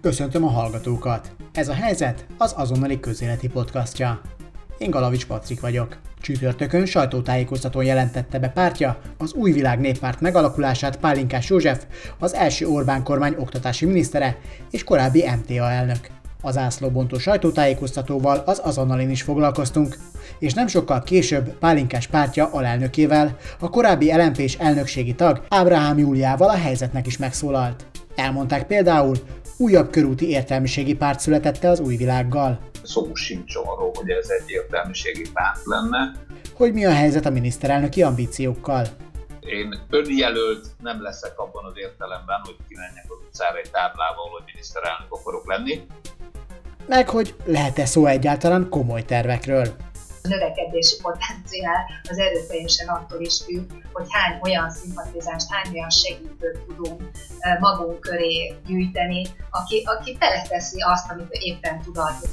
Köszöntöm a hallgatókat! Ez a helyzet az azonnali közéleti podcastja. Én Galavics Patrik vagyok. Csütörtökön sajtótájékoztatón jelentette be pártja az Új Világ Néppárt megalakulását Pálinkás József, az első Orbán kormány oktatási minisztere és korábbi MTA elnök. Az zászlóbontó sajtótájékoztatóval az azonnalin is foglalkoztunk, és nem sokkal később Pálinkás pártja alelnökével, a korábbi LMP-s elnökségi tag Ábrahám Júliával a helyzetnek is megszólalt. Elmondták például, újabb körúti értelmiségi párt született az Új Világgal. Szó sincs arról, hogy ez egy értelmiségi párt lenne. Hogy mi a helyzet a miniszterelnöki ambíciókkal? Én önjelölt nem leszek abban az értelemben, hogy kimenjek az utcára egy táblával, hogy miniszterelnök akarok lenni. Meg hogy lehet-e szó egyáltalán komoly tervekről? A növekedési potenciál az erőteljesen attól is függ, hogy hány olyan szimpatizást, hány olyan segítőt tudunk magunk köré gyűjteni, aki teleteszi azt, amit éppen tud adni.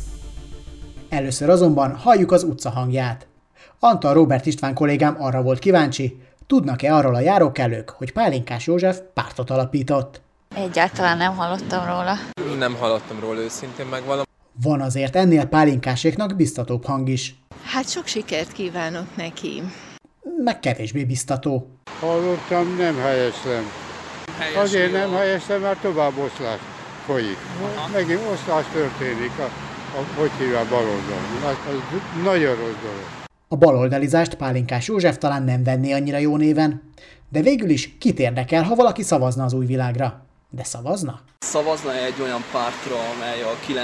Először azonban halljuk az utca hangját. Antal Róbert István kollégám arra volt kíváncsi, tudnak-e arról a járókelők, hogy Pálinkás József pártot alapított? Egyáltalán nem hallottam róla. Nem hallottam róla, őszintén megvalom. Van azért ennél Pálinkáséknak biztatóbb hang is. Hát sok sikert kívánok neki. Meg kevésbé biztató. Hallottam, nem helyeslem. Azért nem helyeslem, mert tovább oszlás folyik. Megint oszlás történik, hogy hívják, baloldalon. Ez nagyon rossz dolog. A baloldalizást Pálinkás József talán nem venné annyira jó néven, de végül is kit érdekel, ha valaki szavazna az Új Világra? De szavazna? Szavazna egy olyan pártra, amely a 98-2002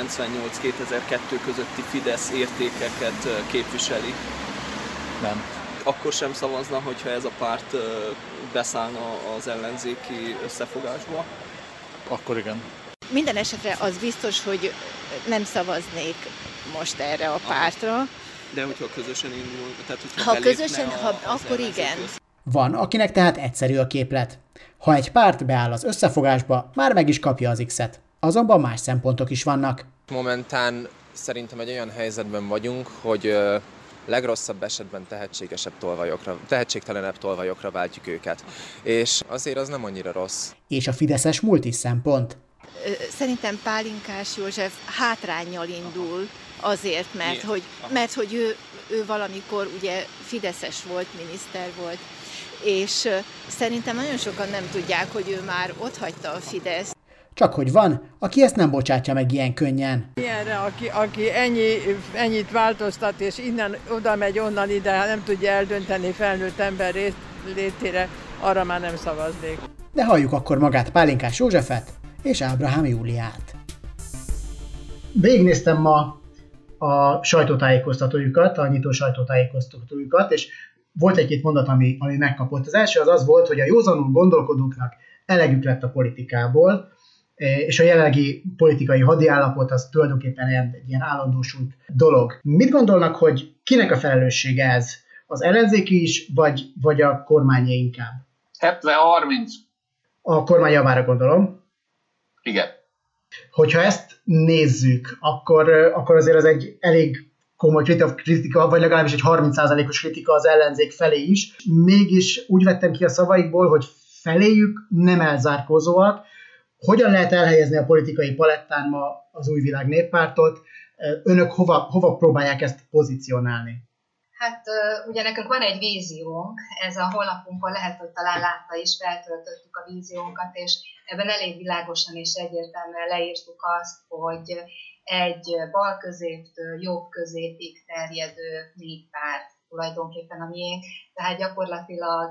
közötti Fidesz értékeket képviseli? Nem. Akkor sem szavazna, hogyha ez a párt beszállna az ellenzéki összefogásba? Akkor igen. Minden esetre az biztos, hogy nem szavaznék most erre a pártra. De hogyha közösen indul, tehát ha közösen, akkor igen. Van, akinek tehát egyszerű a képlet. Ha egy párt beáll az összefogásba, már meg is kapja az X-et. Azonban más szempontok is vannak. Momentán szerintem egy olyan helyzetben vagyunk, hogy legrosszabb esetben tehetségtelenebb tolvajokra váltjuk őket. És azért az nem annyira rossz. És a fideszes múlt is szempont. Szerintem Pálinkás József hátránnyal indul azért, mert hogy ő valamikor ugye fideszes volt, miniszter volt, és szerintem nagyon sokan nem tudják, hogy ő már otthagyta a Fideszt. Csak hogy van, aki ezt nem bocsátja meg ilyen könnyen. Ilyenre, aki ennyit változtat, és innen oda megy, onnan ide, nem tudja eldönteni felnőtt ember létére, arra már nem szavaznék. De halljuk akkor magát Pálinkás Józsefet és Ábrahám Júliát. Végignéztem ma a sajtótájékoztatójukat, a nyitó sajtótájékoztatójukat, és volt egy-két mondat, ami megkapott. Az első az volt, hogy a józanul gondolkodóknak elegük lett a politikából, és a jelenlegi politikai hadiállapot az tulajdonképpen egy ilyen állandósult dolog. Mit gondolnak, hogy kinek a felelőssége ez? Az ellenzéki is, vagy a kormányé inkább? 70-30. A kormány javára gondolom. Igen. Hogyha ezt nézzük, akkor azért ez egy elég komoly kritika, vagy legalábbis egy 30%-os kritika az ellenzék felé is. Mégis úgy vettem ki a szavaikból, hogy feléjük nem elzárkózóak. Hogyan lehet elhelyezni a politikai palettán ma az Új Világ Néppártot? Önök hova próbálják ezt pozícionálni? Hát ugye nekünk van egy víziónk, ez a honlapunkon lehet, hogy talán látta is, feltöltöttük a víziónkat, és ebben elég világosan és egyértelműen leírtuk azt, hogy egy bal középtől jobb középig terjedő néppárt tulajdonképpen a miénk, tehát gyakorlatilag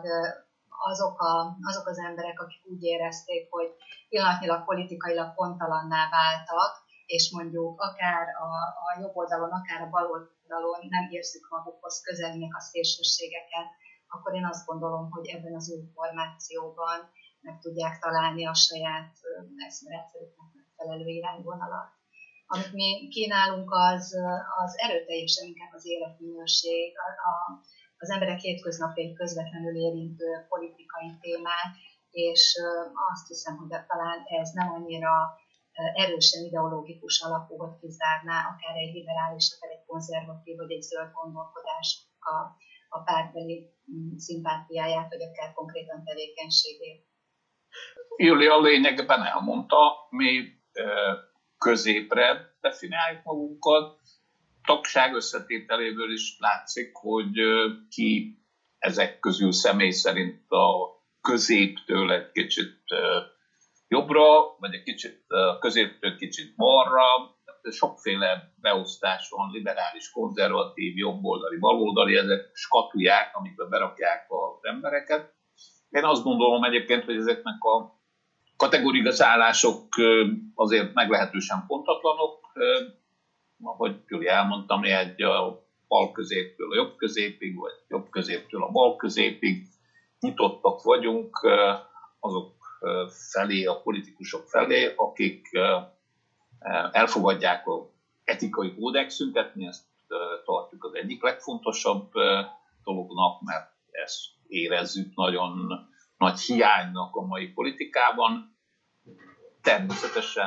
azok az emberek, akik úgy érezték, hogy pillanatnyilag politikailag pontalanná váltak, és mondjuk akár a jobb oldalon, akár a bal oldalon nem érzik magukhoz közelének a szélsőségeket, akkor én azt gondolom, hogy ebben az új formációban meg tudják találni a saját eszmerendszerüknek megfelelő irányvonalat. Amit mi kínálunk, az erőteljesen inkább az életminőség, az emberek hétköznapjait közvetlenül érintő politikai témák, és azt hiszem, hogy talán ez nem annyira erősen ideológikus alapú, hogy kizárná akár egy liberális, akár egy konzervatív, vagy egy zöld gondolkodás a pártbeli szimpátiáját, vagy akár konkrétan tevékenységét. Júlia a lényegben elmondta, mi középre definiáljuk magunkat. Tagság összetételéből is látszik, hogy ki ezek közül személy szerint a középtől egy kicsit jobbra, vagy egy kicsit középtől kicsit balra. Sokféle beosztás van, liberális, konzervatív, jobboldali, baloldali, ezek skatuják, amikbe berakják az embereket. Én azt gondolom egyébként, hogy ezeknek a kategóriázások azért meglehetősen pontatlanok. Ahogy Gyuri elmondtam, egy a bal középtől a jobb középig, vagy jobb középtől a bal középig nyitottak vagyunk azok felé, a politikusok felé, akik elfogadják az etikai kódexünket, mi ezt tartjuk az egyik legfontosabb dolognak, mert ezt érezzük nagyon nagy hiánynak a mai politikában. Természetesen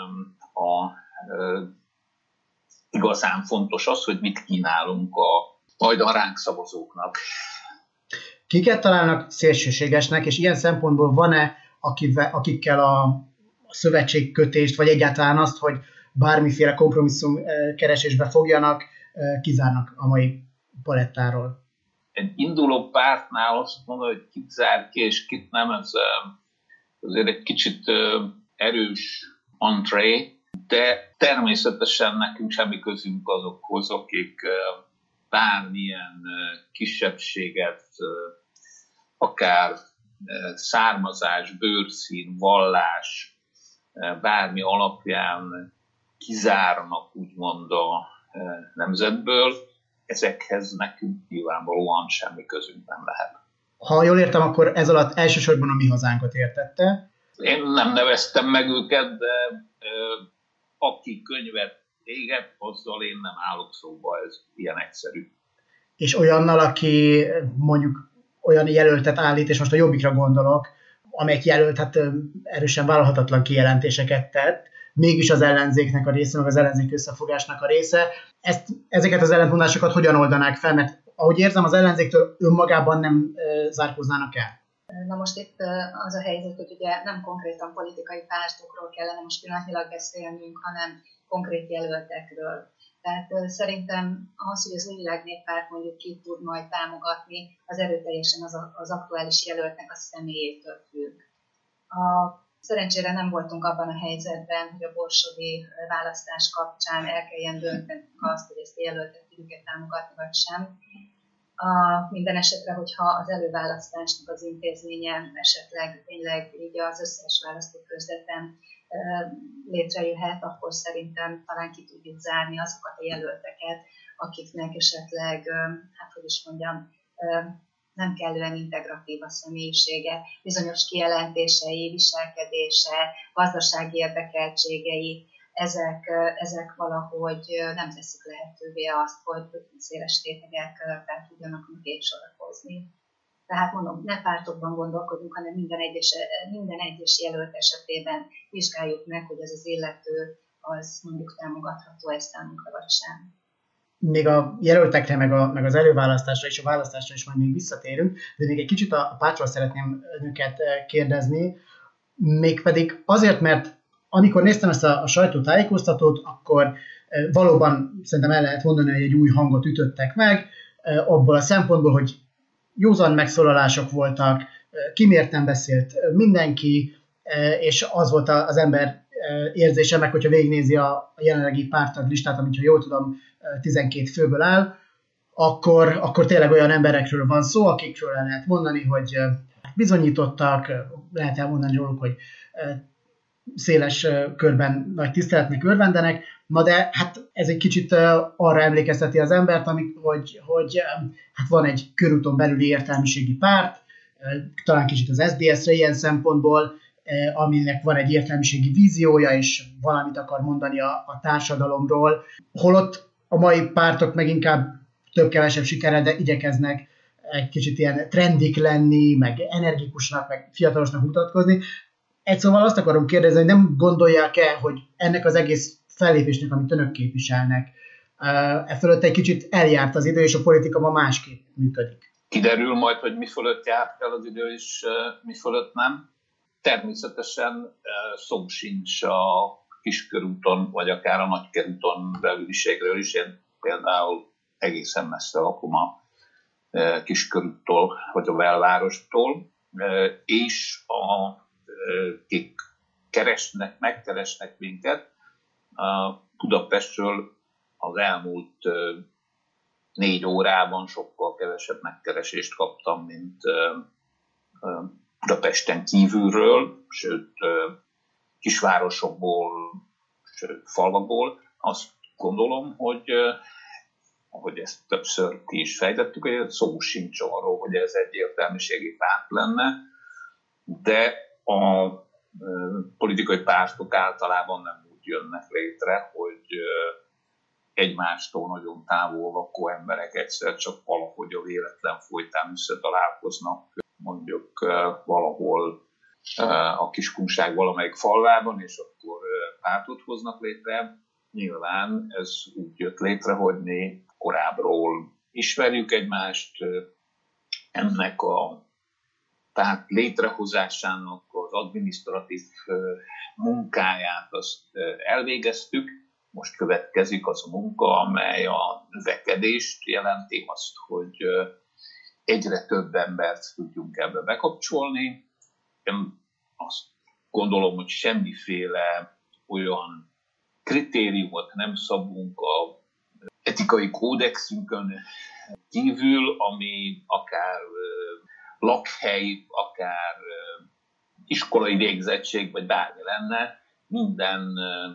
igazán fontos az, hogy mit kínálunk majd a ránk szavazóknak. Kiket találnak szélsőségesnek, és ilyen szempontból van-e, akikkel a szövetségkötést, vagy egyáltalán azt, hogy bármiféle kompromisszum keresésbe fogjanak, kizárnak a mai palettáról? Egy induló pártnál azt mondom, hogy kit zár ki, és kit nem, ez azért egy kicsit erős entrée, de természetesen nekünk semmi közünk azokhoz, akik bármilyen kisebbséget, akár származás, bőrszín, vallás, bármi alapján kizárnak úgymond a nemzetből, ezekhez nekünk nyilvánvalóan semmi közünk nem lehet. Ha jól értem, akkor ez alatt elsősorban a Mi Hazánkat értette. Én nem neveztem meg őket, de aki könyvet éget, azzal én nem állok szóba, ez ilyen egyszerű. És olyannal, aki mondjuk olyan jelöltet állít, és most a Jobbikra gondolok, amelyik jelölt erősen vállalhatatlan kijelentéseket tett, mégis az ellenzéknek a része, meg az ellenzék összefogásnak a része. Ezeket az ellentmondásokat hogyan oldanák fel? Mert ahogy érzem, az ellenzéktől önmagában nem zárkóznának el. Na most itt az a helyzet, hogy ugye nem konkrétan politikai pártokról kellene most pillanatnyilag beszélnünk, hanem konkrét jelöltekről. Tehát szerintem az, hogy az Új Világ Néppárt mondjuk ki tud majd támogatni, az erőteljesen az aktuális jelöltnek a személyétől függ. Szerencsére nem voltunk abban a helyzetben, hogy a borsodi választás kapcsán el kelljen döntenünk azt, hogy ezt a jelöltet tudjuk-e támogatni, vagy sem. Minden esetre, hogyha az előválasztásnak az intézménye esetleg tényleg így az összes választókörzeten létrejöhet, akkor szerintem talán ki tudjuk zárni azokat a jelölteket, akiknek esetleg, nem kellően integratív a személyisége, bizonyos kijelentései, viselkedése, gazdasági érdekeltségei, ezek valahogy nem teszik lehetővé azt, hogy széles rétegek fel tudjanak mögé sorakozni. Tehát mondom, ne pártokban gondolkodunk, hanem minden egyes jelölt esetében vizsgáljuk meg, hogy ez az illető az mondjuk támogatható-e számunkra vagy sem. Még a jelöltekre, meg az előválasztásra és a választásra is majd még visszatérünk, de még egy kicsit a pártról szeretném önöket kérdezni, mégpedig azért, mert amikor néztem ezt a sajtótájékoztatót, akkor valóban szerintem el lehet mondani, hogy egy új hangot ütöttek meg, abból a szempontból, hogy józan megszólalások voltak, kimérten beszélt mindenki, és az volt az ember érzése, meg hogyha végignézi a jelenlegi párttag listát, amit ha jól tudom 12 főből áll, akkor tényleg olyan emberekről van szó, akikről el lehet mondani, hogy bizonyítottak, lehet elmondani róluk, hogy széles körben nagy tiszteletnek örvendenek, na de hát ez egy kicsit arra emlékezteti az embert, hogy hát van egy körúton belüli értelmiségi párt, talán kicsit az SZDSZ-re ilyen szempontból, aminek van egy értelmiségi víziója, és valamit akar mondani a társadalomról, holott a mai pártok meg inkább több-kevesebb sikerrel, de igyekeznek egy kicsit ilyen trendik lenni, meg energikusnak, meg fiatalosnak mutatkozni. Egy szóval azt akarom kérdezni, hogy nem gondolják-e, hogy ennek az egész fellépésnek, amit önök képviselnek, e fölött egy kicsit eljárt az idő, és a politika ma másképp működik? Kiderül majd, hogy mi fölött járt el az idő, és mi fölött nem. Természetesen szó sincs a Kiskörúton, vagy akár a Nagykörúton belüliségről is. Én például egészen messze lakom a Kiskörúttól, vagy a belvárostól, és akik megkeresnek minket, Budapestről az elmúlt 4 órában sokkal kevesebb megkeresést kaptam, mint Budapesten kívülről, sőt kisvárosokból, sőt falvakból. Azt gondolom, hogy ezt többször ki is fejtettük, hogy szó sincs arról, hogy ez egy értelmiségi párt lenne, de a politikai pártok általában nem úgy jönnek létre, hogy egymástól nagyon távol lakó emberek egyszer csak valahogy a véletlen folytán összetalálkoznak, mondjuk valahol a Kiskunság valamelyik falvában, és akkor pártot hoznak létre. Nyilván ez úgy jött létre, hogy mi korábbról ismerjük egymást, ennek a párt létrehozásának az adminisztratív munkáját azt elvégeztük. Most következik az a munka, amely a növekedést jelenti, azt, hogy egyre több embert tudjunk ebbe bekapcsolni. Én azt gondolom, hogy semmiféle olyan kritériumot nem szabunk a etikai kódexünkön kívül, ami akár lakhely, akár iskolai végzettség, vagy bármi lenne. Minden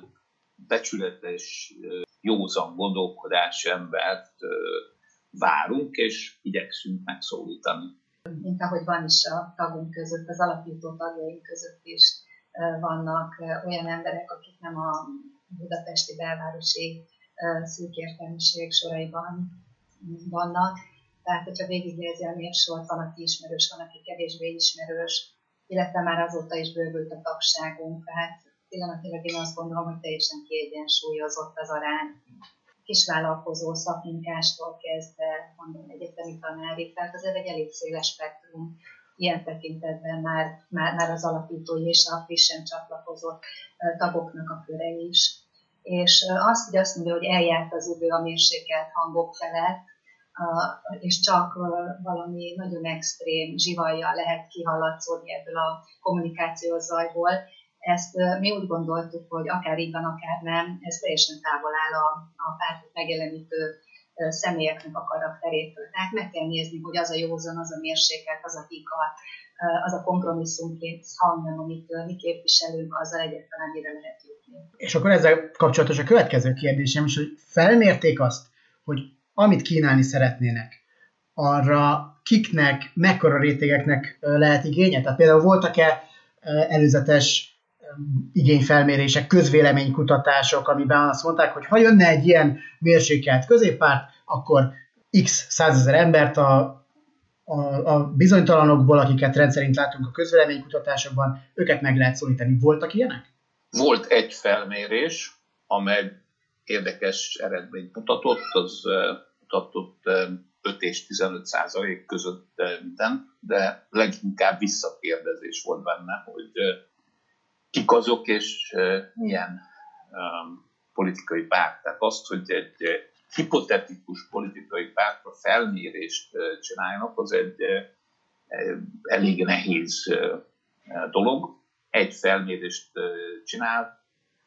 becsületes, józan gondolkodású embert várunk, és igyekszünk megszólítani. Mint ahogy van is a tagunk között, az alapító tagjaink között is vannak olyan emberek, akik nem a budapesti belvárosi szűk értelmiség soraiban vannak. Tehát, hogyha végignézi a névsort, van, aki ismerős, van, aki kevésbé ismerős, illetve már azóta is bővült a tagságunk. Tehát pillanatilag én azt gondolom, hogy teljesen kiegyensúlyozott az arány. Kisvállalkozó szakmunkástól kezdve, mondom, egyetemi tanárig, tehát azért egy elég széles spektrum. Ilyen tekintetben már az alapítói és a frissen csatlakozott tagoknak a köre is. És azt mondja, hogy eljárt az idő a mérsékelt hangok felett, és csak valami nagyon extrém zsivajjal lehet kihallatszódni ebből a kommunikációs zajból. Ezt mi úgy gondoltuk, hogy akár így van, akár nem, ez teljesen távol áll a pártot megjelenítő személyeknek a karakterétől. Tehát meg kell nézni, hogy az a józan, az a mérsékelt, az a higgadt, az a kompromisszumkész hang, amit mi képviselünk, azzal egyáltalán mire lehet jutni. És akkor ezzel kapcsolatos a következő kérdésem is, hogy felmérték azt, hogy amit kínálni szeretnének, arra kiknek, mekkora rétegeknek lehet igénye? Tehát például voltak-e előzetes igényfelmérések, közvéleménykutatások, amiben azt mondták, hogy ha jönne egy ilyen mérsékelt középpárt, akkor x 100 000 embert a bizonytalanokból, akiket rendszerint látunk a közvéleménykutatásokban, őket meg lehet szólítani. Voltak ilyenek? Volt egy felmérés, amely érdekes eredményt mutatott, az mutatott 5 és 15% között minden, de leginkább visszakérdezés volt benne, hogy kik azok és milyen politikai párt. Tehát azt, hogy egy hipotetikus politikai pártra felmérést csináljanak, az egy elég nehéz dolog. Egy felmérést csináltak,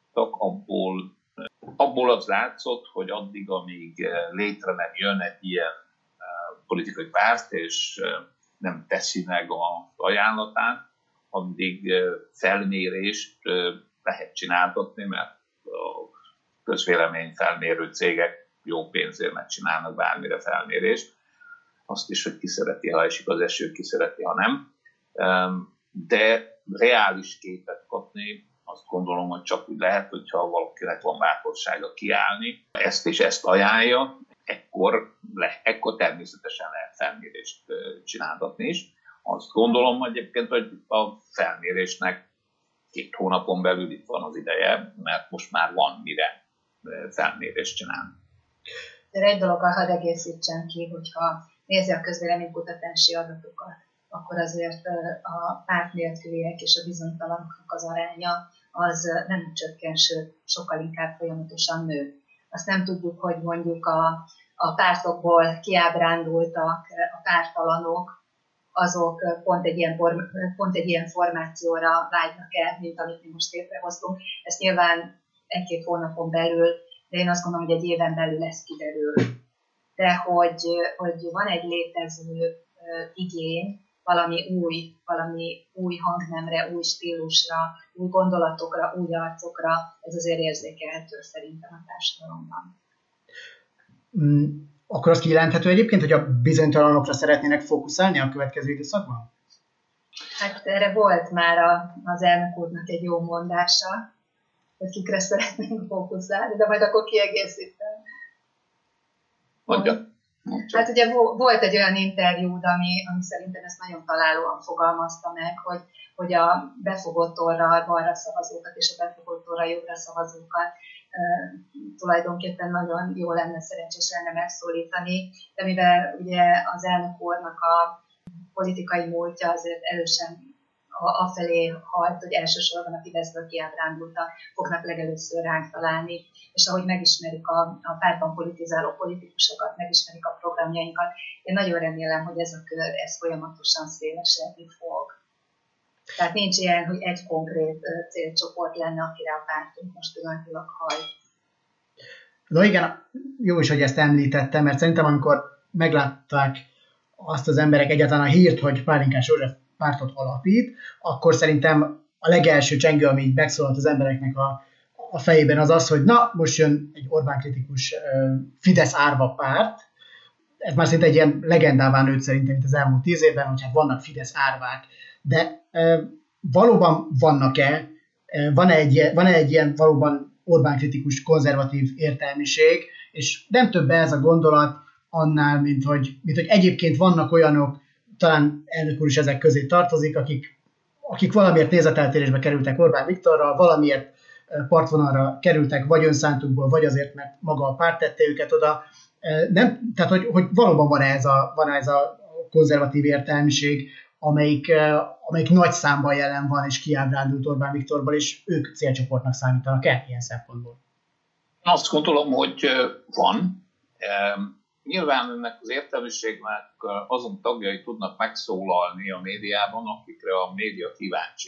abból az látszott, hogy addig, amíg létre nem jön egy ilyen politikai párt, és nem teszi meg az ajánlatát, addig felmérést lehet csináltatni, mert a közvélemény felmérő cégek jó pénzért megcsinálnak bármire felmérést. Azt is, hogy ki szereti, ha esik az eső, ki szereti, ha nem. De reális képet kapni, azt gondolom, hogy csak úgy lehet, hogyha valakinek van bátorsága kiállni, ezt és ezt ajánlja, ekkor természetesen lehet felmérést csináltatni is. Azt gondolom egyébként, hogy a felmérésnek 2 hónapon belül itt van az ideje, mert most már van mire felmérést csinálni. De egy dologgal hadd egészítsen ki, hogyha nézi a közvéleménykutatási adatokat, akkor azért a párt nélküliek és a bizonytalanoknak az aránya az nem csökken, sőt, sokkal inkább folyamatosan nő. Azt nem tudjuk, hogy mondjuk a pártokból kiábrándultak, a pártalanok, azok pont egy ilyen formációra vágynak el, mint amit mi most létrehoztunk. Ezt nyilván 1-2 hónapon belül, de én azt gondolom, hogy egy éven belül lesz kiderül. De hogy van egy létező igény, valami új hangnemre, új stílusra, új gondolatokra, új arcokra, ez azért érzékelhető szerintem a társadalomban. Akkor az kijelenthető egyébként, hogy a bizonytalanokra szeretnének fókuszálni a következő időszakban? Hát erre volt már az elnök úrnak egy jó mondása, hogy kikre szeretnénk fókuszálni, de majd akkor kiegészítem. Mondja. Hát ugye volt egy olyan interjúd, ami szerintem ezt nagyon találóan fogalmazta meg, hogy a befogott orra balra szavazókat és a befogott orra jobbra szavazókat tulajdonképpen nagyon jó lenne, szerencsés lenne megszólítani, de mivel ugye az elnök úrnak a politikai múltja azért erősen afelé hajt, hogy elsősorban a Fideszből kiábrándultak fognak legelőször ránk találni, és ahogy megismerik a pártban politizáló politikusokat, megismerik a programjainkat, én nagyon remélem, hogy ez a kör folyamatosan szélesedni fog. Tehát nincs ilyen, hogy egy konkrét célcsoport lenne, akire a pártunk most pillanatilag hajt. No igen, jó is, hogy ezt említettem, mert szerintem amikor meglátták azt az emberek egyáltalán a hírt, hogy Pálinkás József pártot alapít, akkor szerintem a legelső csengő, ami így megszólalt az embereknek a fejében az az, hogy na, most jön egy Orbán kritikus Fidesz árva párt. Ez már szinte egy ilyen legendává nőtt szerintem itt az elmúlt 10 évben, hogy hát vannak Fidesz árvák. De valóban vannak-e, van-e egy ilyen valóban Orbán kritikus konzervatív értelmiség, és nem több ez a gondolat annál, mint hogy egyébként vannak olyanok, talán elnök úr is ezek közé tartozik, akik valamiért nézeteltérésbe kerültek Orbán Viktorral, valamiért partvonalra kerültek, vagy önszántukból, vagy azért, mert maga a párt tette őket oda. Tehát, hogy valóban van ez a konzervatív értelmiség, amelyik nagy számban jelen van, és kiábrándult Orbán Viktorból, és ők célcsoportnak számítanak-e ilyen szempontból? Azt gondolom, hogy van. Nyilván ennek az értelmiségnek azon tagjai tudnak megszólalni a médiában, akikre a média kíváncsi.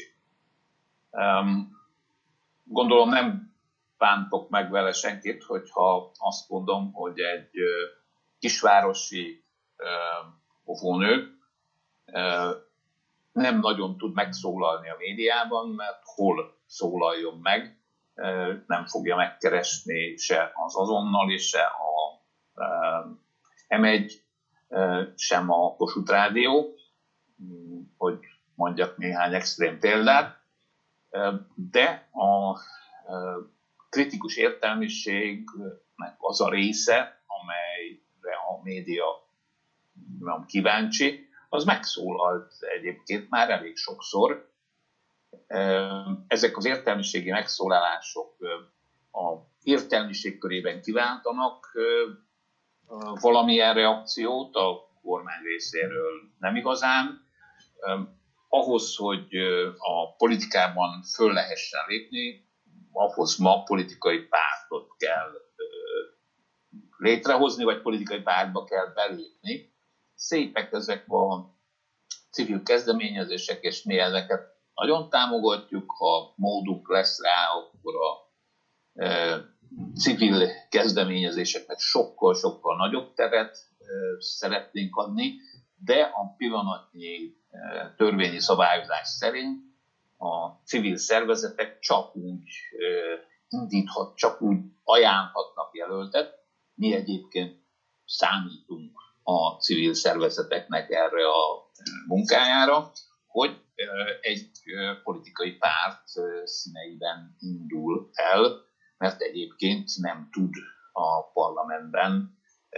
Gondolom nem bántok meg vele senkit, hogyha azt mondom, hogy egy kisvárosi óvónő nem nagyon tud megszólalni a médiában, mert hol szólaljon meg, nem fogja megkeresni se az Azonnali, se a M1, sem a Kossuth Rádió, hogy mondjak néhány extrém példát, de a kritikus értelmiségnek az a része, amelyre a média nem kíváncsi, az megszólalt egyébként már elég sokszor. Ezek az értelmiségi megszólalások a értelmiség körében kiváltanak valamilyen reakciót, a kormány részéről nem igazán. Ahhoz, hogy a politikában föl lehessen lépni, ahhoz ma politikai pártot kell létrehozni, vagy politikai pártba kell belépni. Szépek ezek a civil kezdeményezések, és mi ezeket nagyon támogatjuk. Ha módunk lesz rá, akkor a civil kezdeményezéseknek sokkal-sokkal nagyobb teret szeretnénk adni, de a pillanatnyi törvényi szabályozás szerint a civil szervezetek csak úgy csak úgy ajánlhatnak jelöltet. Mi egyébként számítunk a civil szervezeteknek erre a munkájára, hogy egy politikai párt színeiben indul el, mert egyébként nem tud a parlamentben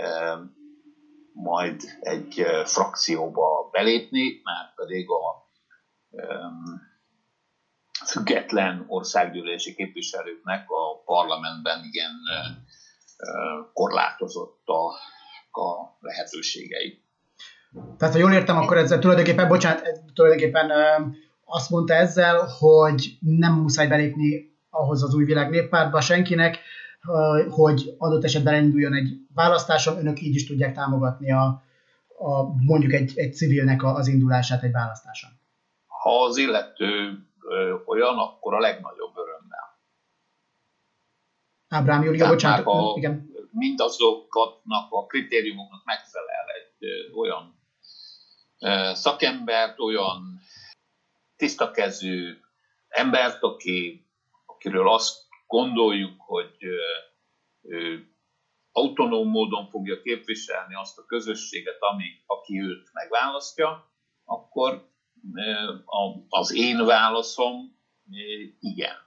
majd egy frakcióba belépni, már pedig a független országgyűlési képviselőknek a parlamentben igen korlátozott a lehetőségei. Tehát, ha jól értem, akkor ezzel tulajdonképpen azt mondta ezzel, hogy nem muszáj belépni ahhoz az Új Világ Néppártba senkinek, hogy adott esetben elinduljon egy választáson, önök így is tudják támogatni mondjuk egy civilnek az indulását egy választáson. Ha az illető olyan, akkor a legnagyobb örömmel. Ábrám Júlia, bocsánat. Igen. Mindazoknak a kritériumoknak megfelel egy olyan szakembert, olyan tisztakezű embert, akiről azt gondoljuk, hogy autonóm módon fogja képviselni azt a közösséget, aki őt megválasztja, akkor az én válaszom igen.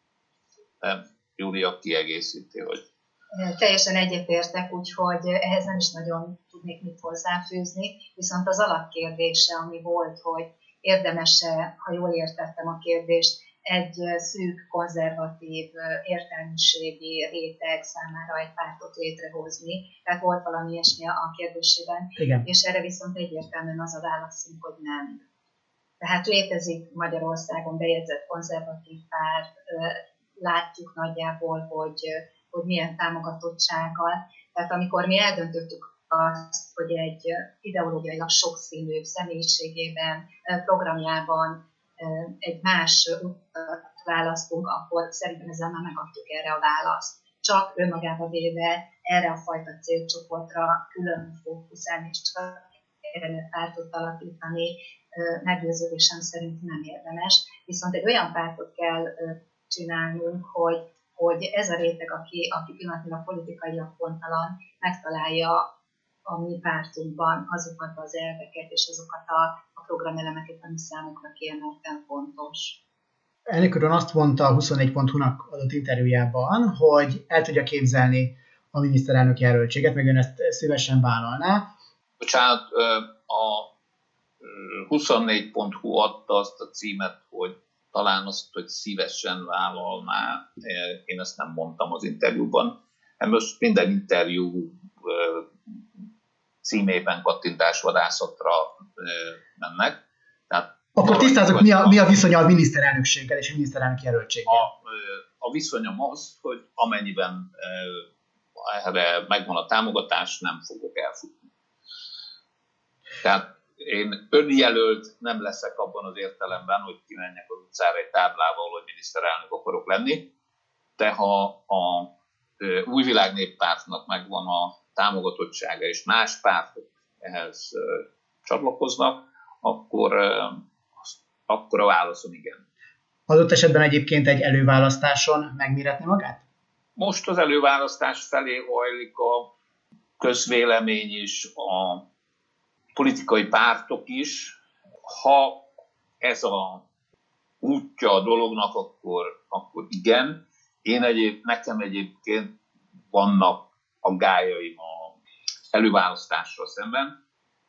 Júlia kiegészíti, hogy... Teljesen egyetértek, úgyhogy ehhez nem is nagyon tudnék mit hozzáfűzni, viszont az alapkérdése, ami volt, hogy érdemes-e, ha jól értettem a kérdést, egy szűk, konzervatív, értelmiségi réteg számára egy pártot létrehozni. Tehát volt valami ilyesmi a kérdésében, igen. És erre viszont egyértelműen az a válaszunk, hogy nem. Tehát létezik Magyarországon bejegyzett konzervatív párt, látjuk nagyjából, hogy milyen támogatottsággal. Tehát amikor mi eldöntöttük azt, hogy egy ideológiailag sokszínű személyiségében, programjában egy más utat választunk, akkor szerintem ezzel már megadtuk erre a választ. Csak önmagába véve erre a fajta célcsoportra külön fókuszálni, és csak erre pártot alapítani, meggyőződésem szerint nem érdemes. Viszont egy olyan pártot kell csinálnunk, hogy ez a réteg, aki pillanatnyilag politikailag pontalan, megtalálja a mi pártunkban azokat az elveket és azokat a programelemeket, ami számukra kiemelten fontos. Elnök úr azt mondta a 24.hu-nak adott interjújában, hogy el tudja képzelni a miniszterelnök jelöltséget, meg ön ezt szívesen vállalná. Bocsánat, a 24.hu adta azt a címet, hogy talán azt, hogy szívesen vállalná. Én ezt nem mondtam az interjúban. Most minden interjú címében kattintásvadászatra mennek. Tehát akkor tisztázok, mi a viszonya a miniszterelnökséggel és a miniszterelnök jelöltséggel? A viszonyom az, hogy amennyiben erre megvan a támogatás, nem fogok elfutni. Tehát én önjelölt nem leszek abban az értelemben, hogy kimenjek az utcára egy táblával, hogy miniszterelnök akarok lenni, de ha a Új Világ Néppártnak megvan a támogatottsága, és más pártok ehhez csatlakoznak, akkor a válaszom igen. Adott esetben egyébként egy előválasztáson megméretni magát? Most az előválasztás felé hajlik a közvélemény is, a politikai pártok is. Ha ez a útja a dolognak, akkor igen. Nekem egyébként vannak aggályaim az előválasztással szemben.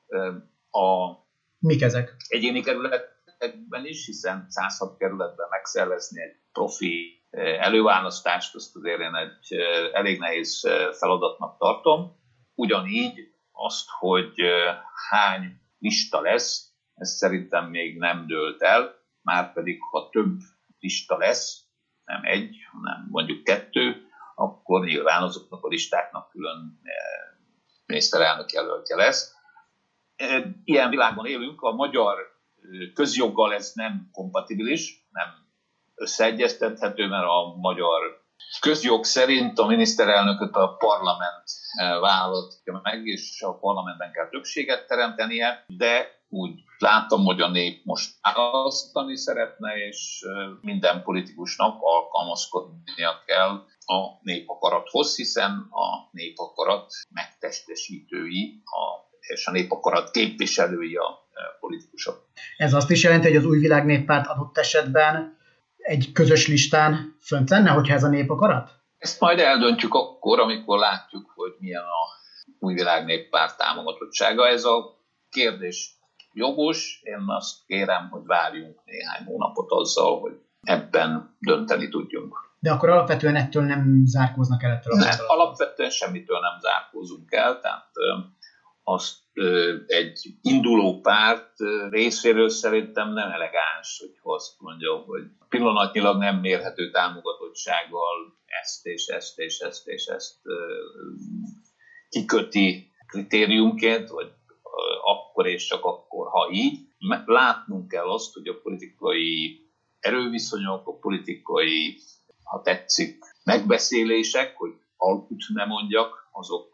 Mik ezek? Egyéni kerületekben is, hiszen 106 kerületben megszervezni egy profi előválasztást, azt azért én egy elég nehéz feladatnak tartom. Ugyanígy azt, hogy hány lista lesz, ez szerintem még nem dőlt el, márpedig ha több lista lesz, nem egy, hanem mondjuk 2, akkor nyilván azoknak a listáknak külön miniszterelnök jelöltje lesz. Ilyen világban élünk, a magyar közjoggal ez nem kompatibilis, nem összeegyeztethető, mert a magyar közjog szerint a miniszterelnököt a parlament választja meg, és a parlamentben kell többséget teremtenie, de úgy látom, hogy a nép most választani szeretne, és minden politikusnak alkalmazkodnia kell a népakarathoz, hiszen a népakarat megtestesítői és a népakarat képviselői a politikusok. Ez azt is jelenti, hogy az Új Világ Néppárt adott esetben egy közös listán fönt lenne, hogyha ez a népakarat? Ezt majd eldöntjük akkor, amikor látjuk, hogy milyen a Új Világ Néppárt támogatottsága. Ez a kérdés jogos, én azt kérem, hogy várjunk néhány hónapot azzal, hogy ebben dönteni tudjunk. De akkor alapvetően ettől nem zárkóznak el ettől a alapvetően semmitől nem zárkózunk el, tehát azt egy induló párt részéről szerintem nem elegáns, hogy azt mondjam, hogy pillanatnyilag nem mérhető támogatottsággal ezt kiköti kritériumként, vagy akkor és csak akkor, ha így. Látnunk kell azt, hogy a politikai erőviszonyok, a politikai, ha tetszik, megbeszélések, hogy alkut ne mondjak,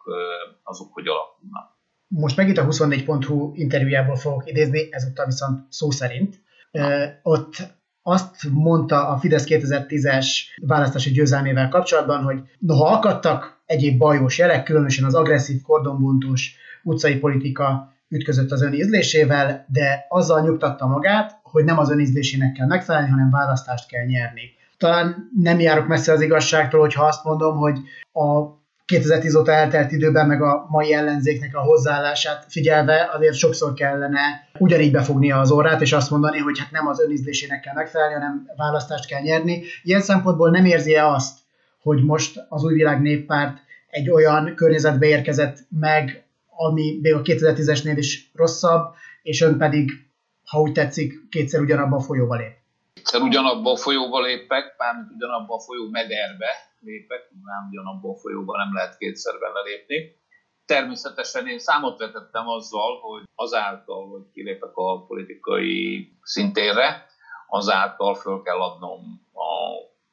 azok hogy alakulnak. Most megint a 24.hu interjújából fogok idézni, ezúttal viszont szó szerint. Ott azt mondta a Fidesz 2010-es választási győzelmével kapcsolatban, hogy noha akadtak egyéb bajós jelek, különösen az agresszív, kordonbontós utcai politika ütközött az ön ízlésével, de azzal nyugtatta magát, hogy nem az ön ízlésének kell megfelelni, hanem választást kell nyerni. Talán nem járok messze az igazságtól, hogyha azt mondom, hogy a 2010 óta eltelt időben, meg a mai ellenzéknek a hozzáállását figyelve azért sokszor kellene ugyanígy befognia az orrát, és azt mondani, hogy hát nem az önízlésének kell megfelelni, hanem választást kell nyerni. Ilyen szempontból nem érzi-e azt, hogy most az Új Világ Néppárt egy olyan környezetbe érkezett meg, ami még a 2010-esnél is rosszabb, és ön pedig, ha úgy tetszik, kétszer ugyanabba a folyóba lép? Kétszer ugyanabba a folyóba lépek, mármint ugyanabba a folyó mederbe lépek, nem ugyanabba a folyóba nem lehet kétszer bele lépni. Természetesen én számot vetettem azzal, hogy azáltal, hogy kilépek a politikai szintérre, azáltal föl kell adnom a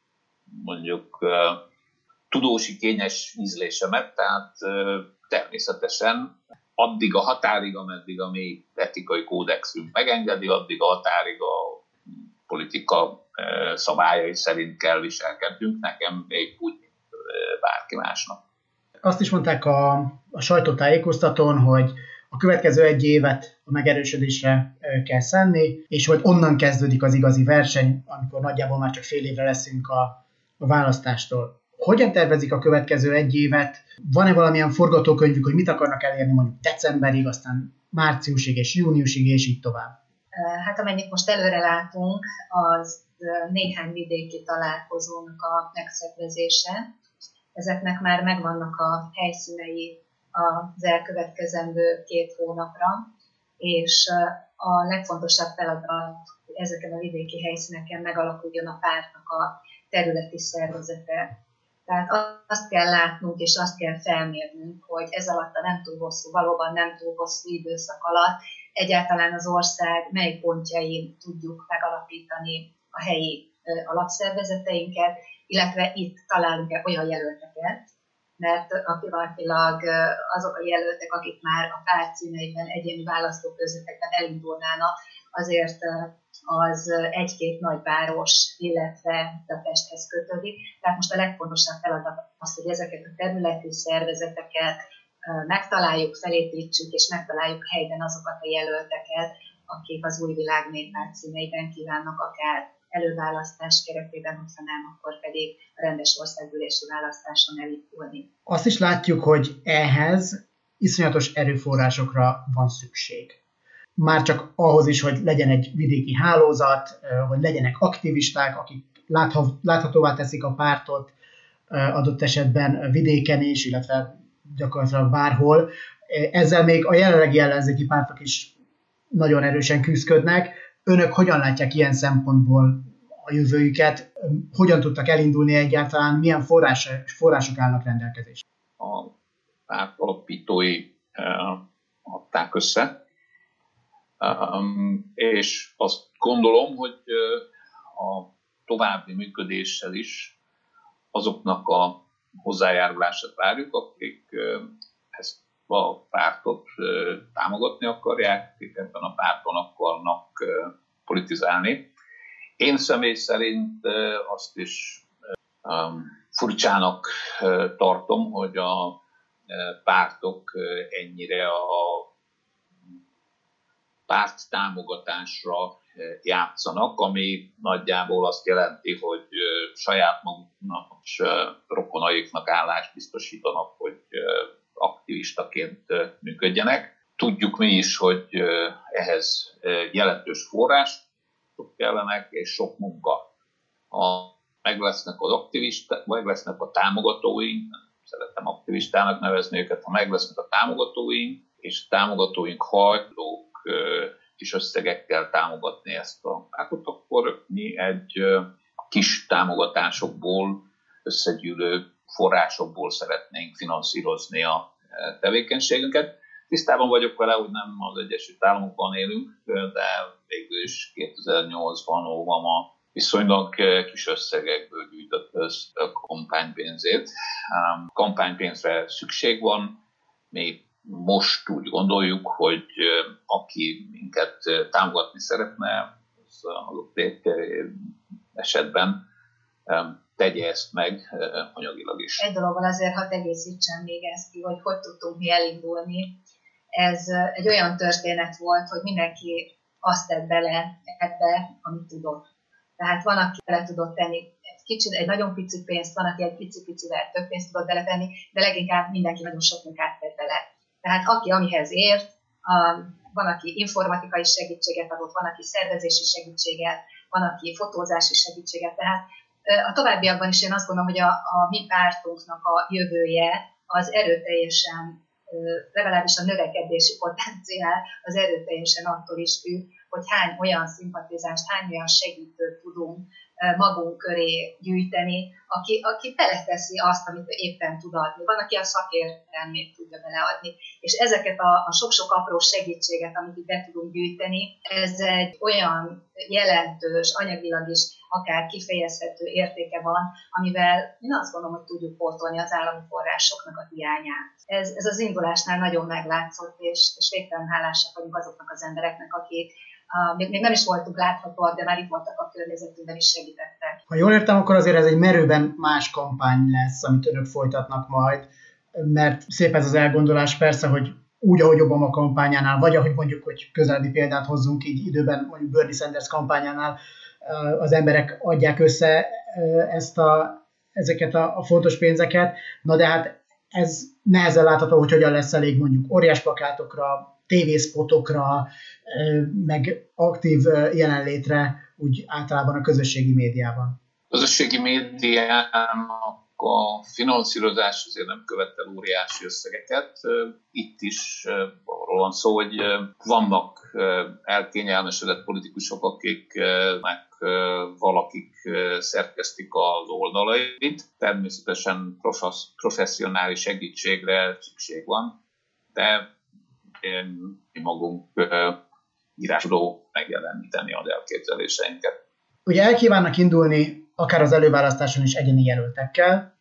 mondjuk tudósi kényes ízlésemet, tehát természetesen addig a határig, ameddig a mi etikai kódexünk megengedi, addig a határig a politika szabályai szerint kell viselkednünk, nekem még úgy, mint bárki másnak. Azt is mondták a sajtótájékoztatón, hogy a következő egy évet a megerősödésre kell szánni, és hogy onnan kezdődik az igazi verseny, amikor nagyjából már csak fél évre leszünk a választástól. Hogyan tervezik a következő egy évet? Van-e valamilyen forgatókönyvük, hogy mit akarnak elérni mondjuk decemberig, aztán márciusig és júniusig, és így tovább? Hát amennyit most előre látunk, az néhány vidéki találkozónak a megszervezése. Ezeknek már megvannak a helyszínei az elkövetkezendő 2 hónapra, és a legfontosabb feladat, hogy ezeken a vidéki helyszíneken megalakuljon a pártnak a területi szervezete. Tehát azt kell látnunk, és azt kell felmérnünk, hogy ez alatt a nem túl hosszú, valóban nem túl hosszú időszak alatt egyáltalán az ország mely pontjain tudjuk megalapítani a helyi alapszervezeteinket, illetve itt találunk-e olyan jelölteket, mert pillanatnyilag azok a jelöltek, akik már a párt színeiben egyéni választókörzetekben elindulnának, azért az 1-2 nagyváros, illetve Budapesthez kötődik. Tehát most a legfontosabb feladat az, hogy ezeket a területi szervezeteket megtaláljuk, felépítsük, és megtaláljuk helyben azokat a jelölteket, akik az Új Világ Néppárt színeiben kívánnak akár előválasztás keretében, hogyha nem, akkor pedig a rendes országgyűlési választáson elindulni. Azt is látjuk, hogy ehhez iszonyatos erőforrásokra van szükség. Már csak ahhoz is, hogy legyen egy vidéki hálózat, hogy legyenek aktivisták, akik láthatóvá teszik a pártot adott esetben vidéken is, illetve gyakorlatilag bárhol. Ezzel még a jelenlegi ellenzéki pártok is nagyon erősen küzdködnek. Önök hogyan látják ilyen szempontból a jövőjüket? Hogyan tudtak elindulni egyáltalán? Milyen források állnak rendelkezésre? A párt alapítói adták össze, és azt gondolom, hogy a további működéssel is azoknak a hozzájárulását várjuk, akik ezt a pártot támogatni akarják, akik ebben a párton akarnak politizálni. Én személy szerint azt is furcsának tartom, hogy a pártok ennyire a párt támogatásra játszanak, ami nagyjából azt jelenti, hogy saját maguknak és rokonaiknak állást biztosítanak, hogy aktivistaként működjenek. Tudjuk mi is, hogy ehhez jelentős források kellenek, és sok munka. Ha meglesznek az aktivisták, meglesznek a támogatóink, szeretem aktivistának nevezni őket, ha meglesznek a támogatóink, és támogatóink hajlandók kis összegekkel támogatni ezt a pártot, akkor mi egy kis támogatásokból, összegyűlő forrásokból szeretnénk finanszírozni a tevékenységünket. Tisztában vagyok vele, hogy nem az Egyesült Államokban élünk, de végül is 2008-ban Obama viszonylag kis összegekből gyűjtött össze a kampánypénzét. Kampánypénzre szükség van. Mi most úgy gondoljuk, hogy aki minket támogatni szeretne, az adott esetben tegye ezt meg anyagilag is. Egy dologgal azért hadd egészítsem még ezt ki, hogy tudtunk mi elindulni. Ez egy olyan történet volt, hogy mindenki azt tett bele ebbe, amit tudott. Tehát van, aki bele tudott tenni egy nagyon pici pénzt, van, aki egy pici-picivel több pénzt tudott beletenni, de leginkább mindenki nagyon sok munkát tett bele. Tehát aki amihez ért, van, aki informatikai segítséget adott, van, aki szervezési segítséget, van, aki fotózási segítséget. Tehát a továbbiakban is én azt gondolom, hogy a mi pártunknak a jövője az erőteljesen, legalábbis a növekedési potenciál az erőteljesen attól is függ, hogy hány olyan szimpatizást, hány olyan segítőt tudunk magunk köré gyűjteni, aki beleteszi azt, amit éppen tud adni. Van, aki a szakértelmét tudja beleadni. És ezeket a sok-sok apró segítséget, amit itt be tudunk gyűjteni, ez egy olyan jelentős, anyagilag is akár kifejezhető értéke van, amivel én azt gondolom, hogy tudjuk pótolni az állami forrásoknak a hiányát. Ez az indulásnál nagyon meglátszott, és végtelen hálásak vagyunk azoknak az embereknek, akik még nem is voltunk láthatóak, de már itt voltak a környezetünkben is segítettek. Ha jól értem, akkor azért ez egy merőben más kampány lesz, amit önök folytatnak majd, mert szép ez az elgondolás persze, hogy úgy, ahogy Obama kampányánál, vagy ahogy mondjuk, hogy közelebbi példát hozzunk így időben, mondjuk Bernie Sanders kampányánál, az emberek adják össze ezeket a fontos pénzeket, na de hát ez nehezen látható, hogy hogyan lesz elég mondjuk óriás plakátokra, tévészpotokra, meg aktív jelenlétre úgy általában a közösségi médiában. A közösségi médiának a finanszírozás azért nem követel óriási összegeket. Itt is arról van szó, hogy vannak elkényelmesedett politikusok, akiknek valakik szerkesztik az oldalait. Természetesen professzionális segítségre szükség van, de mi magunk írásról megjeleníteni az elképzeléseinket. Ugye elkívánnak indulni akár az előválasztáson is egyéni jelöltekkel.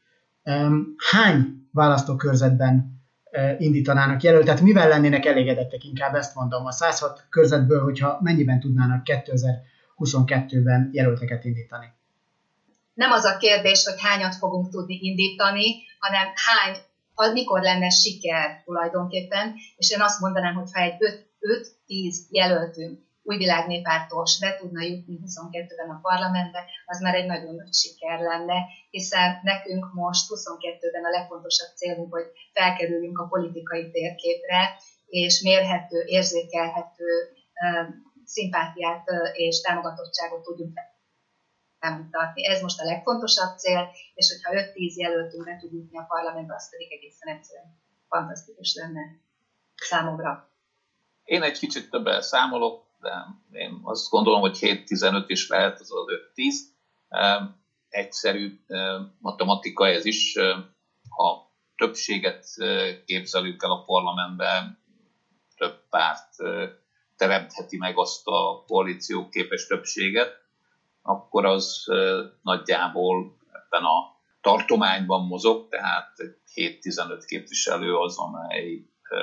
Hány választókörzetben indítanának jelöltet? Mivel lennének elégedettek, inkább ezt mondom, a 106 körzetből, hogyha mennyiben tudnának 2022-ben jelölteket indítani? Nem az a kérdés, hogy hányat fogunk tudni indítani, hanem mikor lenne siker tulajdonképpen, és én azt mondanám, hogy ha egy 5-10 jelöltünk Újvilág néppártos be tudna jutni 22-ben a parlamentbe, az már egy nagyon nagy siker lenne, hiszen nekünk most 22-ben a legfontosabb célunk, hogy felkerüljünk a politikai térképre, és mérhető, érzékelhető szimpátiát és támogatottságot tudjunk felmutatni. Ez most a legfontosabb cél, és hogyha 5-10 jelöltünk be tud jutni a parlamentbe, az pedig egészen egyszerűen fantasztikus lenne számomra. Én egy kicsit többel számolok, de én azt gondolom, hogy 7-15 is lehet az 5-10. Egyszerű matematika ez is. Ha többséget képzelünk el a parlamentben, több párt teremtheti meg azt a koalíció képes többséget, akkor az nagyjából ebben a tartományban mozog, tehát 7-15 képviselő az, amely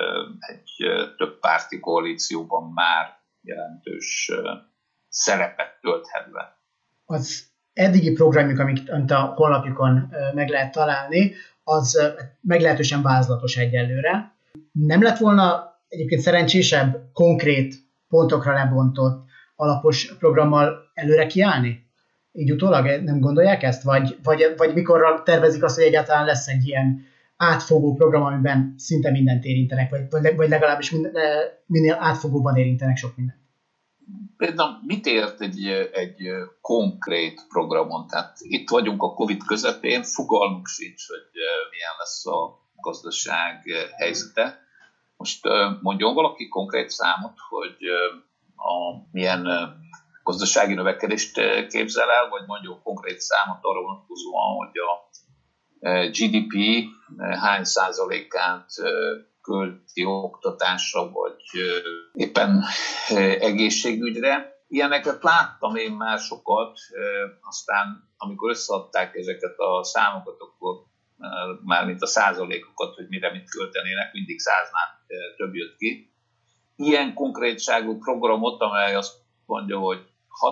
egy több párti koalícióban már jelentős szerepet tölthet be. Az eddigi programjuk, amit a honlapjukon meg lehet találni, az meglehetősen vázlatos egyelőre. Nem lett volna egyébként szerencsésebb, konkrét pontokra lebontott, alapos programmal előre kiállni? Így utólag nem gondolják ezt? Vagy mikorra tervezik azt, hogy egyáltalán lesz egy ilyen átfogó program, amiben szinte mindent érintenek, vagy legalábbis minél átfogóban érintenek sok mindent? Például mit ért egy konkrét programon? Tehát itt vagyunk a Covid közepén, fogalmunk sincs, hogy milyen lesz a gazdaság helyzete. Most mondjon valaki konkrét számot, hogy milyen gazdasági növekedést képzel el, vagy mondjuk konkrét számot arra vonatkozóan, hogy a GDP hány százalékát költi oktatásra, vagy éppen egészségügyre. Ilyeneket láttam én már sokat, aztán amikor összeadták ezeket a számokat, akkor mármint a százalékokat, hogy mire mit költenének, mindig 100-nál több jött ki. Ilyen konkrétságú programot, amely azt mondja, hogy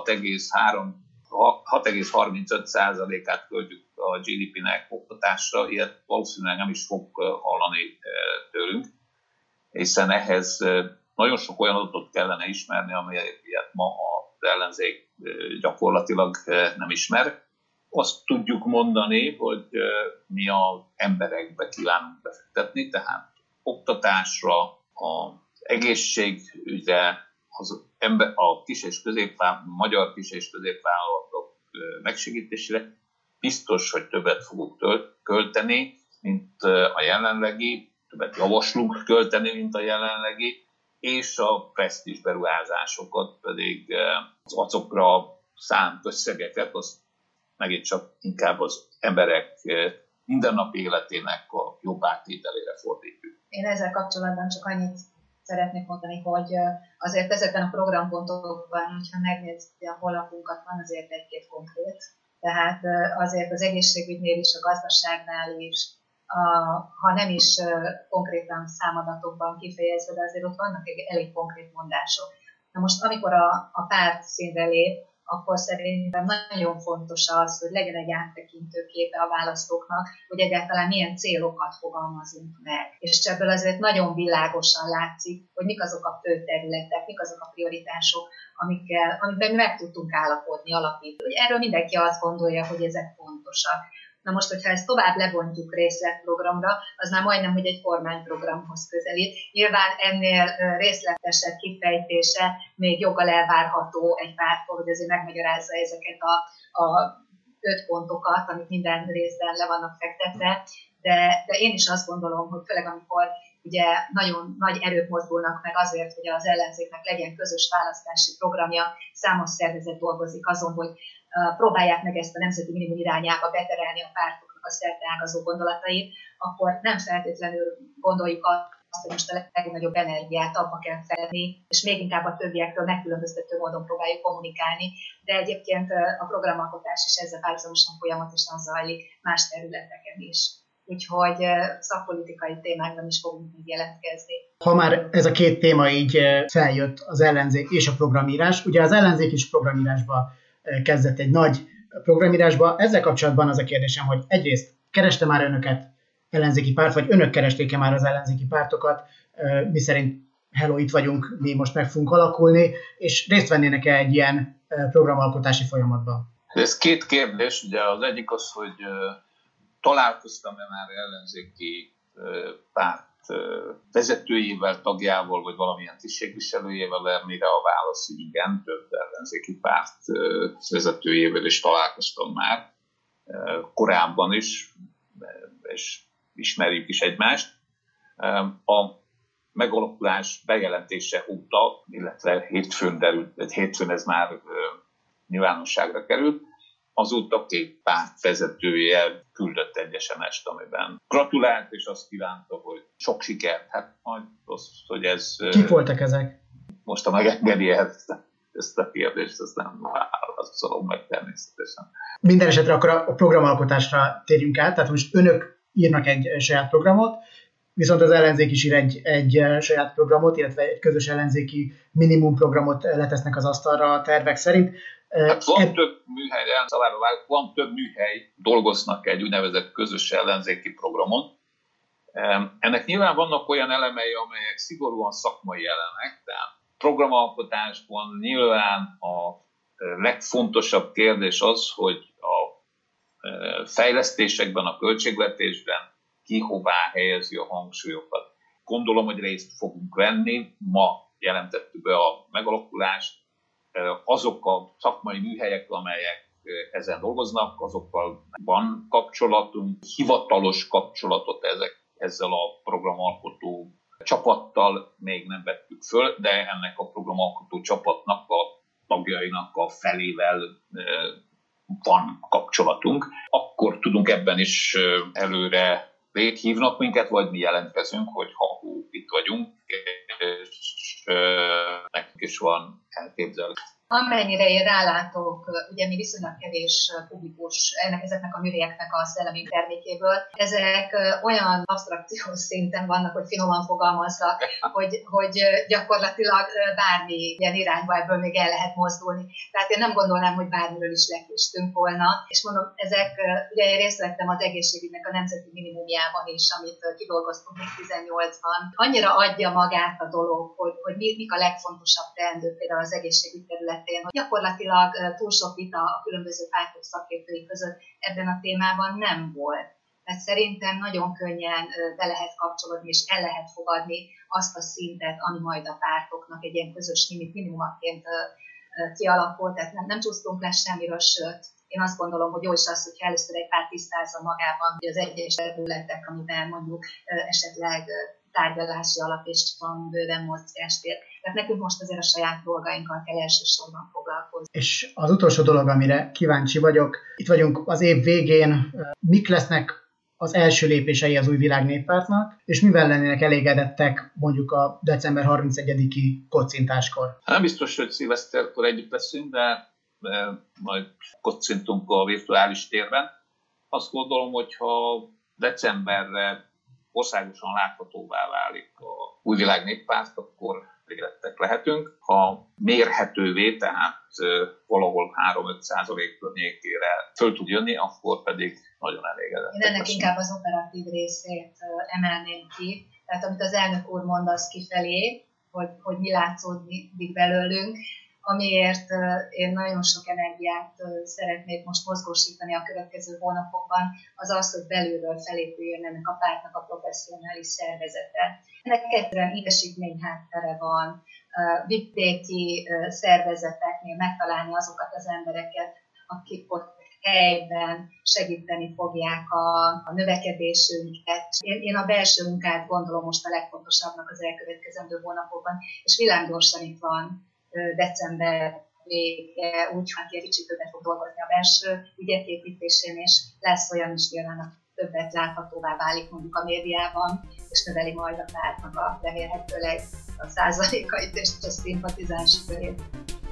6,35%-át költjük a GDP-nek oktatásra, ilyet valószínűleg nem is fog hallani tőlünk, hiszen ehhez nagyon sok olyan adatot kellene ismerni, amelyet ma az ellenzék gyakorlatilag nem ismer. Azt tudjuk mondani, hogy mi az emberekbe kívánunk befektetni, tehát oktatásra, az egészségügyre, a kis és magyar kis és középvállalatok megsegítésére biztos, hogy többet fogunk költeni, mint a jelenlegi, többet javaslunk költeni, mint a jelenlegi, és a presztízs beruházásokat pedig azokra szánt összegeket, azt megint csak inkább az emberek mindennapi életének a jobb áttételére fordítjuk. Én ezzel kapcsolatban csak annyit szeretnék mondani, hogy azért ezekben a programpontokban, hogyha megnézi a honlapunkat, van azért egy-két konkrét. Tehát azért az egészségügynél is, a gazdaságnál is, ha nem is konkrétan számadatokban kifejezve, de azért ott vannak elég konkrét mondások. Na most, amikor a párt színre lép, akkor szerintem nagyon fontos az, hogy legyen egy áttekintő képe a választóknak, hogy egyáltalán milyen célokat fogalmazunk meg. És ebből azért nagyon világosan látszik, hogy mik azok a fő területek, mik azok a prioritások, amikben mi meg tudtunk állapodni alapítani. Erről mindenki azt gondolja, hogy ezek fontosak. Na most, hogyha ezt tovább lebontjuk részletprogramra, az már majdnem, hogy egy kormányprogramhoz közelít. Nyilván ennél részletesebb kifejtése még joggal elvárható egy pártól, hogy azért megmagyarázza ezeket a 5 pontokat, amik minden részben le vannak fektetve. De én is azt gondolom, hogy főleg amikor ugye nagyon nagy erők mozdulnak meg azért, hogy az ellenzéknek legyen közös választási programja, számos szervezet dolgozik azon, hogy próbálják meg ezt a nemzeti minimum irányába beterelni a pártoknak a szerteágazó gondolatait, akkor nem feltétlenül gondoljuk azt, hogy most a legnagyobb energiát abba kell fektetni, és még inkább a többiektől megkülönböztető módon próbáljuk kommunikálni, de egyébként a programalkotás is ezzel párhuzamosan folyamatosan zajlik más területeken is. Úgyhogy szakpolitikai témákban is fogunk még jelentkezni. Ha már ez a két téma így feljött, az ellenzék és a programírás, ugye az ellenzék is programírásba kezdett egy nagy programírásba. Ezzel kapcsolatban az a kérdésem, hogy egyrészt kereste már önöket ellenzéki párt, vagy önök keresték-e már az ellenzéki pártokat, miszerint hello, itt vagyunk, mi most meg fogunk alakulni, és részt vennének-e egy ilyen programalkotási folyamatban? Ez két kérdés, ugye az egyik az, hogy találkoztam-e már ellenzéki párt vezetőjével, tagjával, vagy valamilyen tisztségviselőjével, mire a válasz, hogy igen, több ellenzéki párt vezetőjével is találkoztam már korábban is, és ismerjük is egymást. A megalakulás bejelentése óta, illetve hétfőn ez már nyilvánosságra került, azóta két párt vezetője küldött egy SMS-t, amiben gratulált, és azt kívánta, hogy sok sikert. Hát majd az, hogy ez... Kik voltak ezek? Most a megengedi ezt a kérdést, azt nem válaszolom meg természetesen. Minden esetre akkor a programalkotásra térjünk át, tehát most önök írnak egy saját programot, viszont az ellenzék is ír egy saját programot, illetve egy közös ellenzéki minimum programot letesznek az asztalra a tervek szerint. Hát van több műhely, dolgoznak egy úgynevezett közös ellenzéki programon. Ennek nyilván vannak olyan elemei, amelyek szigorúan szakmai elemek, tehát programalkotásban nyilván a legfontosabb kérdés az, hogy a fejlesztésekben, a költségvetésben ki hová helyezi a hangsúlyokat. Gondolom, hogy részt fogunk venni, ma jelentettük be a megalakulást, azok a szakmai műhelyek, amelyek ezen dolgoznak, azokkal van kapcsolatunk, hivatalos kapcsolatot ezzel a programalkotó Csapattal még nem vettük föl, de ennek a programalkotó csapatnak, a tagjainak a felével van kapcsolatunk. Akkor tudunk ebben is előre hívnak minket, vagy mi jelentkezünk, hogy itt vagyunk, és nekünk is van elképzelés. Amennyire én rálátok, ugye mi viszonylag kevés publikus ezeknek a műveknek a szellemi termékéből. Ezek olyan absztrakciós szinten vannak, hogy finoman fogalmazzak, hogy gyakorlatilag bármi ilyen irányba ebből még el lehet mozdulni. Tehát én nem gondolnám, hogy bármiről is lekéstünk volna. És mondom, ezek, ugye én részt vettem az egészségügynek a nemzeti minimumjában is, amit kidolgoztunk 2018-ban. Annyira adja magát a dolog, hogy mik a legfontosabb teendők például az egészségügy területén, hogy gyakorlatilag túl sok vita a különböző pártok szakértői között ebben a témában nem volt. Tehát szerintem nagyon könnyen be lehet kapcsolódni és el lehet fogadni azt a szintet, ami majd a pártoknak egy ilyen közös minimumaként kialakul, tehát nem csúsztunk le semmiről, sőt, én azt gondolom, hogy jó is az, hogyha először egy párt tisztázza magában, hogy az egyes területek, amiben mondjuk esetleg tárgyalási alap és van bőven mozgástér. Tehát nekünk most azért a saját dolgainkkal kell elsősorban foglalkozni. És az utolsó dolog, amire kíváncsi vagyok, itt vagyunk az év végén, mik lesznek az első lépései az Új Világ Néppártnak, és mivel lennének elégedettek mondjuk a december 31-i kocintáskor? Nem biztos, hogy szilveszterkor együtt leszünk, de majd kocintunk a virtuális térben. Azt gondolom, hogyha decemberre országosan láthatóvá válik a Új Világ Néppárt, akkor elégedettek lehetünk. Ha mérhetővé, tehát valahol 3-5% környékére föl tud jönni, akkor pedig nagyon elégedettek. Én ennek inkább az operatív részét emelném ki. Tehát amit az elnök úr mond, az kifelé, hogy mi látszódik belőlünk, amiért én nagyon sok energiát szeretnék most mozgósítani a következő hónapokban, az az, hogy belülről felépüljön ennek a pártnak a professzionális szervezete. Ennek egyszerűen idesítmény háttere van, vidéki szervezeteknél megtalálni azokat az embereket, akik ott helyben segíteni fogják a növekedésünket. Én a belső munkát gondolom most a legfontosabbnak az elkövetkezendő hónapokban, és villámgyorsan itt van december vége, úgyhogy egy kicsit többet fog dolgozni a belső ügyek építésén, és lesz olyan is nyilván, többet láthatóvá válik mondjuk a médiában, és növeli majd a pártnak a remélhetőleg a százalékait és a szimpatizánsi körét.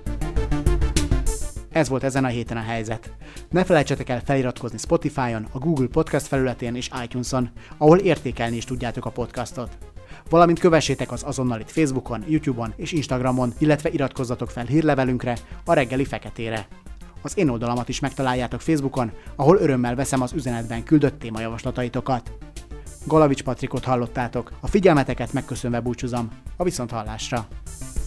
Ez volt ezen a héten a helyzet. Ne felejtsetek el feliratkozni Spotify-on, a Google Podcast felületén és iTunes-on, ahol értékelni is tudjátok a podcastot. Valamint kövessétek az Azonnalit Facebookon, YouTube-on és Instagramon, illetve iratkozzatok fel hírlevelünkre, a Reggeli Feketére. Az én oldalamat is megtaláljátok Facebookon, ahol örömmel veszem az üzenetben küldött témajavaslataitokat. Galavics Patrikot hallottátok, a figyelmeteket megköszönve búcsúzom, a viszonthallásra!